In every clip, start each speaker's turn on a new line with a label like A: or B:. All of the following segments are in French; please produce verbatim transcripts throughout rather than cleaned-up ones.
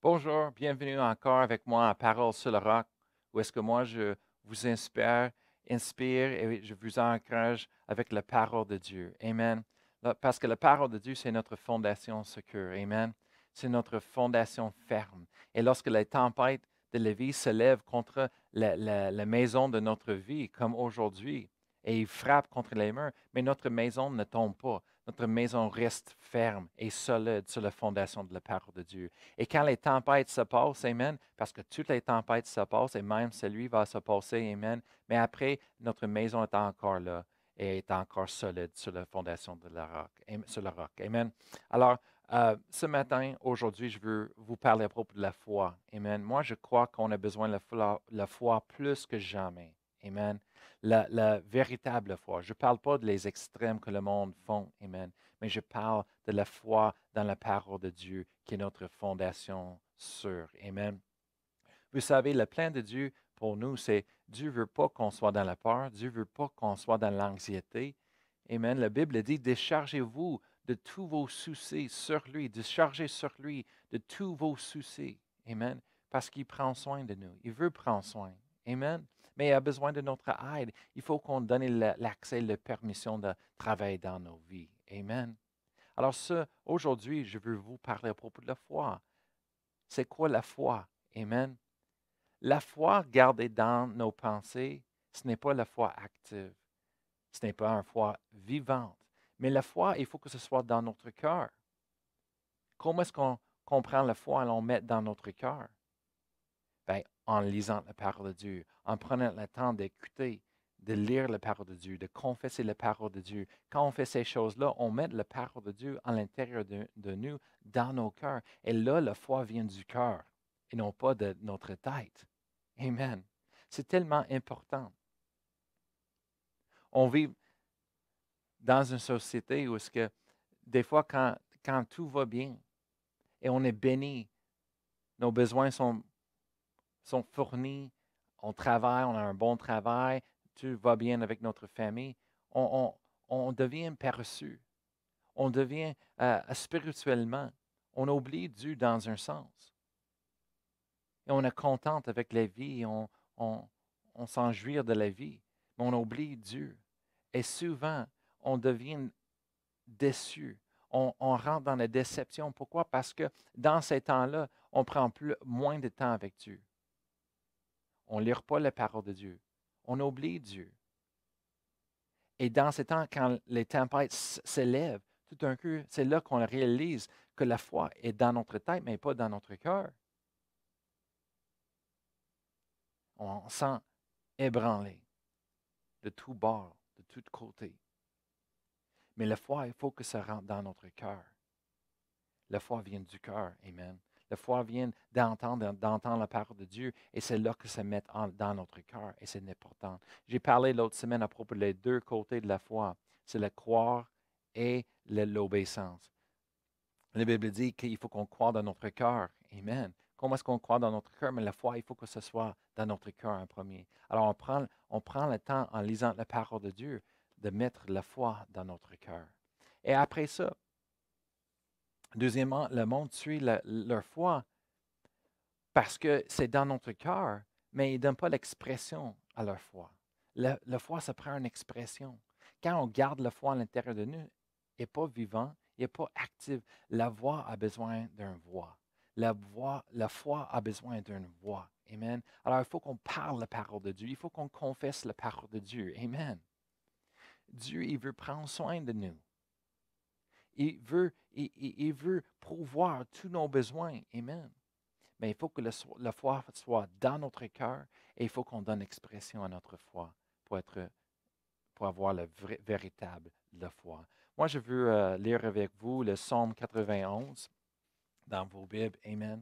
A: Bonjour, bienvenue encore avec moi à Parole sur le roc, où est-ce que moi je vous inspire, inspire et je vous encourage avec la parole de Dieu. Amen. Là, parce que la parole de Dieu, c'est notre fondation sécure. Amen. C'est notre fondation ferme. Et lorsque les tempêtes de la vie se lèvent contre la, la- la maison de notre vie, comme aujourd'hui, et ils frappent contre les murs, mais notre maison ne tombe pas. Notre maison reste ferme et solide sur la fondation de la parole de Dieu. Et quand les tempêtes se passent, Amen, parce que toutes les tempêtes se passent, et même celui va se passer, Amen, mais après, notre maison est encore là et est encore solide sur la fondation de la roc, sur le roc. Amen. Alors, euh, ce matin, aujourd'hui, je veux vous parler à propos de la foi. Amen. Moi, je crois qu'on a besoin de la foi, la foi plus que jamais. Amen. La, la véritable foi. Je ne parle pas de les extrêmes que le monde font. Amen, mais je parle de la foi dans la parole de Dieu, qui est notre fondation sûre. Amen. Vous savez, le plan de Dieu pour nous, c'est Dieu ne veut pas qu'on soit dans la peur, Dieu ne veut pas qu'on soit dans l'anxiété. Amen. La Bible dit, déchargez-vous de tous vos soucis sur lui, déchargez sur lui de tous vos soucis. Amen. Parce qu'il prend soin de nous. Il veut prendre soin. Amen. Mais il a besoin de notre aide. Il faut qu'on donne l'accès, la permission de travailler dans nos vies. Amen. Alors, ce, aujourd'hui, je veux vous parler à propos de la foi. C'est quoi la foi? Amen. La foi gardée dans nos pensées, ce n'est pas la foi active. Ce n'est pas une foi vivante. Mais la foi, il faut que ce soit dans notre cœur. Comment est-ce qu'on comprend la foi et l'on met dans notre cœur? Bien, en lisant la parole de Dieu, en prenant le temps d'écouter, de lire la parole de Dieu, de confesser la parole de Dieu. Quand on fait ces choses-là, on met la parole de Dieu à l'intérieur de, de nous, dans nos cœurs. Et là, la foi vient du cœur et non pas de notre tête. Amen. C'est tellement important. On vit dans une société où est-ce que des fois, quand, quand tout va bien et on est béni, nos besoins sont sont fournis, on travaille, on a un bon travail, tout va bien avec notre famille, on, on- on devient perçu, on devient euh, spirituellement, on oublie Dieu dans un sens. Et on est content avec la vie, on, on, on s'en jouit de la vie, mais on oublie Dieu. Et souvent, on devient déçu. On, on rentre dans la déception. Pourquoi? Parce que dans ces temps-là, on prend plus, moins de temps avec Dieu. On ne lit pas la parole de Dieu. On oublie Dieu. Et dans ces temps, quand les tempêtes s'élèvent, tout d'un coup, c'est là qu'on réalise que la foi est dans notre tête, mais pas dans notre cœur. On se sent ébranlé de tous bords, de tous côtés. Mais la foi, il faut que ça rentre dans notre cœur. La foi vient du cœur. Amen. La foi vient d'entendre, d'entendre la parole de Dieu et c'est là que ça met en- dans notre cœur et c'est important. J'ai parlé l'autre semaine à propos des deux côtés de la foi. C'est le croire et le- l'obéissance. La Bible dit qu'il faut qu'on croie dans notre cœur. Amen. Comment est-ce qu'on croit dans notre cœur? Mais la foi, il faut que ce soit dans notre cœur en premier. Alors, on prend, on prend le temps en lisant la parole de Dieu de mettre la foi dans notre cœur. Et après ça, deuxièmement, le monde suit la- leur foi parce que c'est dans notre cœur, mais ils ne donnent pas l'expression à leur foi. La, la foi, ça prend une expression. Quand on garde la foi à l'intérieur de nous, il n'est pas vivant, il n'est pas actif. La voix a besoin d'une voix. La, voix, la foi a besoin d'une voix. Amen. Alors, il faut qu'on parle la parole de Dieu. Il faut qu'on confesse la parole de Dieu. Amen. Dieu, il veut prendre soin de nous. Il veut, il, il- il veut pourvoir tous nos besoins. Amen. Mais il faut que le so- la foi soit dans notre cœur et il faut qu'on donne expression à notre foi pour, être, pour avoir le vrai- véritable la foi. Moi, je veux euh, lire avec vous le psaume quatre-vingt-onze dans vos Bibles. Amen.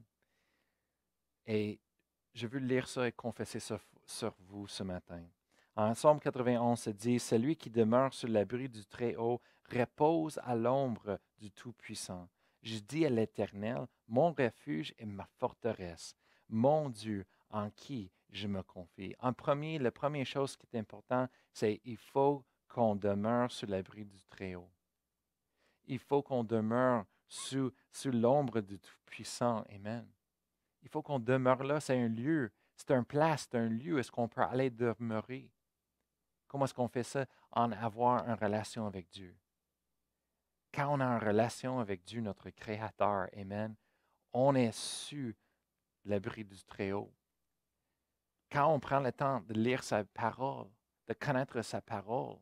A: Et je veux lire ça et confesser ça f- sur vous ce matin. En psaume quatre-vingt-onze, ça dit, celui qui demeure sur l'abri du Très-Haut repose à l'ombre du Tout-Puissant. Je dis à l'Éternel, mon refuge et ma forteresse, mon Dieu en qui je me confie. En premier, la première chose qui est importante, c'est il faut qu'on demeure sur l'abri du Très-Haut. Il faut qu'on demeure sous, sous l'ombre du Tout-Puissant. Amen. Il faut qu'on demeure là. C'est un lieu, c'est un place, c'est un lieu où est-ce qu'on peut aller demeurer. Comment est-ce qu'on fait ça? En avoir une relation avec Dieu. Quand on a une relation avec Dieu, notre Créateur, Amen, on est sur l'abri du Très-Haut. Quand on prend le temps de lire sa parole, de connaître sa parole,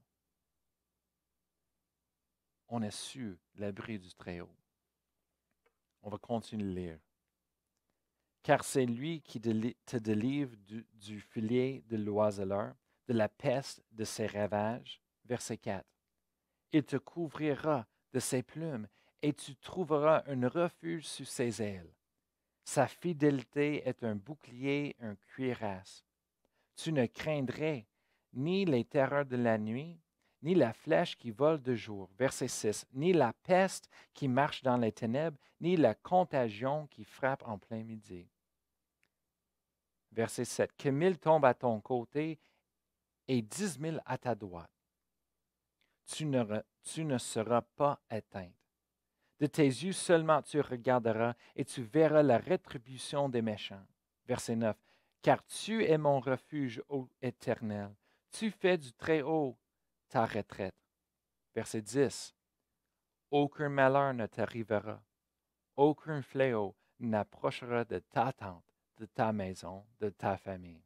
A: on est sur l'abri du Très-Haut. On va continuer de lire. Car c'est lui qui te délivre du, du filet de l'oiseleur, de la peste de ses ravages. Verset quatre. Il te couvrira de ses plumes et tu trouveras un refuge sous ses ailes. Sa fidélité est un bouclier, un cuirasse. Tu ne craindrais ni les terreurs de la nuit, ni la flèche qui vole de jour. Verset six. Ni la peste qui marche dans les ténèbres, ni la contagion qui frappe en plein midi. Verset sept. Que mille tombent à ton côté et dix mille à ta droite. Tu ne, tu ne seras pas éteinte. De tes yeux seulement tu regarderas et tu verras la rétribution des méchants. Verset neuf. Car tu es mon refuge, ô Éternel. Tu fais du Très-Haut ta retraite. Verset dix. Aucun malheur ne t'arrivera. Aucun fléau n'approchera de ta tente, de ta maison, de ta famille.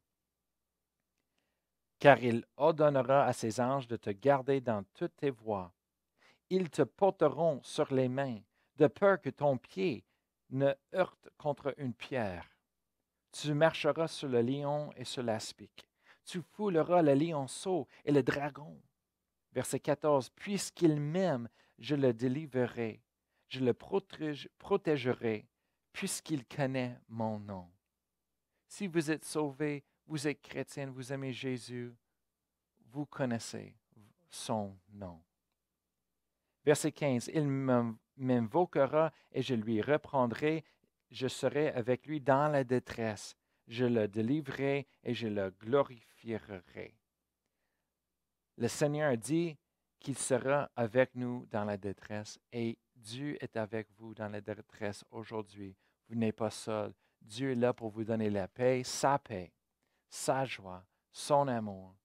A: Car il ordonnera à ses anges de te garder dans toutes tes voies. Ils te porteront sur les mains, de peur que ton pied ne heurte contre une pierre. Tu marcheras sur le lion et sur l'aspic. Tu fouleras le lionceau et le dragon. Verset quatorze. Puisqu'il m'aime, je le délivrerai. Je le protège, protégerai, puisqu'il connaît mon nom. Si vous êtes sauvé, vous êtes chrétien, vous aimez Jésus, vous connaissez son nom. Verset quinze. Il m'invoquera et je lui reprendrai. Je serai avec lui dans la détresse. Je le délivrerai et je le glorifierai. Le Seigneur dit qu'il sera avec nous dans la détresse et Dieu est avec vous dans la détresse aujourd'hui. Vous n'êtes pas seul. Dieu est là pour vous donner la paix, sa paix, sa joie, son amour,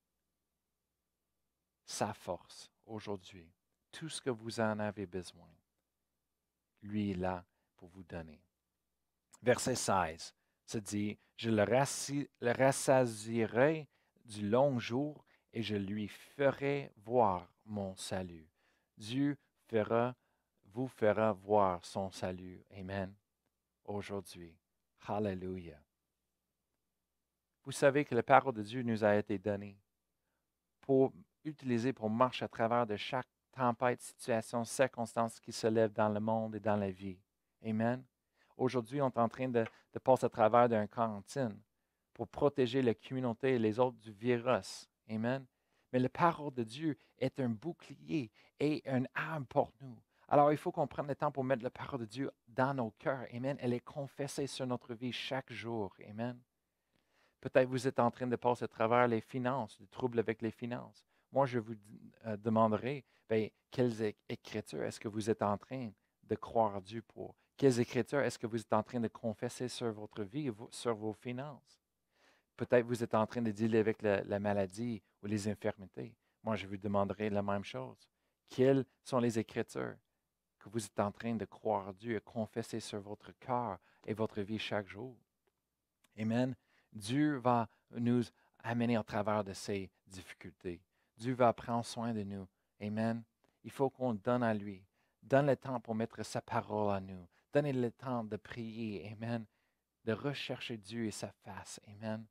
A: sa force aujourd'hui. Tout ce que vous en avez besoin, lui est là pour vous donner. Verset seize se dit, je le, rassi, le rassasierai du long jour et je lui ferai voir mon salut. Dieu fera, vous fera voir son salut. Amen. Aujourd'hui. Hallelujah. Vous savez que la parole de Dieu nous a été donnée pour utiliser pour marcher à travers de chaque tempête, situation, circonstance qui se lève dans le monde et dans la vie. Amen. Aujourd'hui, on est en train de, de passer à travers d'une quarantaine pour protéger la communauté et les autres du virus. Amen. Mais la parole de Dieu est un bouclier et une arme pour nous. Alors, il faut qu'on prenne le temps pour mettre la parole de Dieu dans nos cœurs. Amen. Elle est confessée sur notre vie chaque jour. Amen. Peut-être vous êtes en train de passer à travers les finances, le trouble avec les finances. Moi, je vous euh, demanderai, bien, quelles écritures est-ce que vous êtes en train de croire Dieu pour? Quelles écritures est-ce que vous êtes en train de confesser sur votre vie, sur vos finances? Peut-être vous êtes en train de dealer avec la, la maladie ou les infirmités. Moi, je vous demanderai la même chose. Quelles sont les écritures que vous êtes en train de croire Dieu et confesser sur votre cœur et votre vie chaque jour? Amen. Dieu va nous amener au travers de ces difficultés. Dieu va prendre soin de nous. Amen. Il faut qu'on donne à lui. Donne le temps pour mettre sa parole à nous. Donnez le temps de prier. Amen. De rechercher Dieu et sa face. Amen.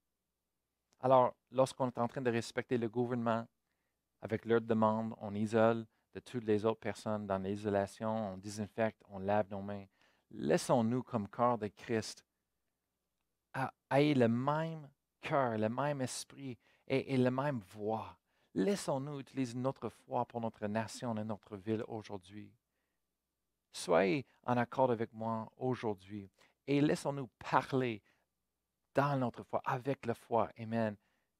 A: Alors, lorsqu'on est en train de respecter le gouvernement, avec leurs demandes, on isole de toutes les autres personnes dans l'isolation, on désinfecte, on lave nos mains. Laissons-nous, comme corps de Christ, ayez le même cœur, le même esprit et, et la même voix. Laissons-nous utiliser notre foi pour notre nation et notre ville aujourd'hui. Soyez en accord avec moi aujourd'hui et laissons-nous parler dans notre foi, avec la foi. Amen.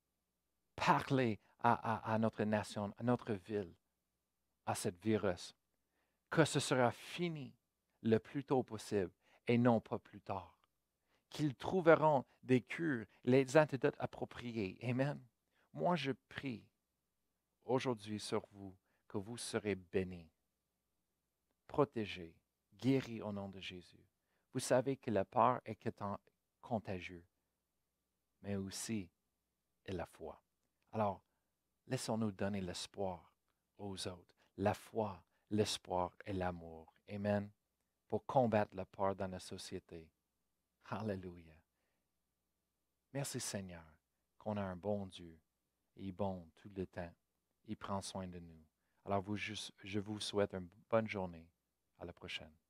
A: Parler à, à, à notre nation, à notre ville, à ce virus. Que ce sera fini le plus tôt possible et non pas plus tard. qu'ils trouveront des cures, les antidotes appropriés. Amen. Moi, je prie aujourd'hui sur vous que vous serez bénis, protégés, guéris au nom de Jésus. Vous savez que la peur est contagieuse, mais aussi est la foi. Alors, laissons-nous donner l'espoir aux autres. La foi, l'espoir et l'amour. Amen. Pour combattre la peur dans la société. Alléluia. Merci Seigneur qu'on a un bon Dieu. Il est bon tout le temps. Il prend soin de nous. Alors, vous, je vous souhaite une bonne journée. À la prochaine.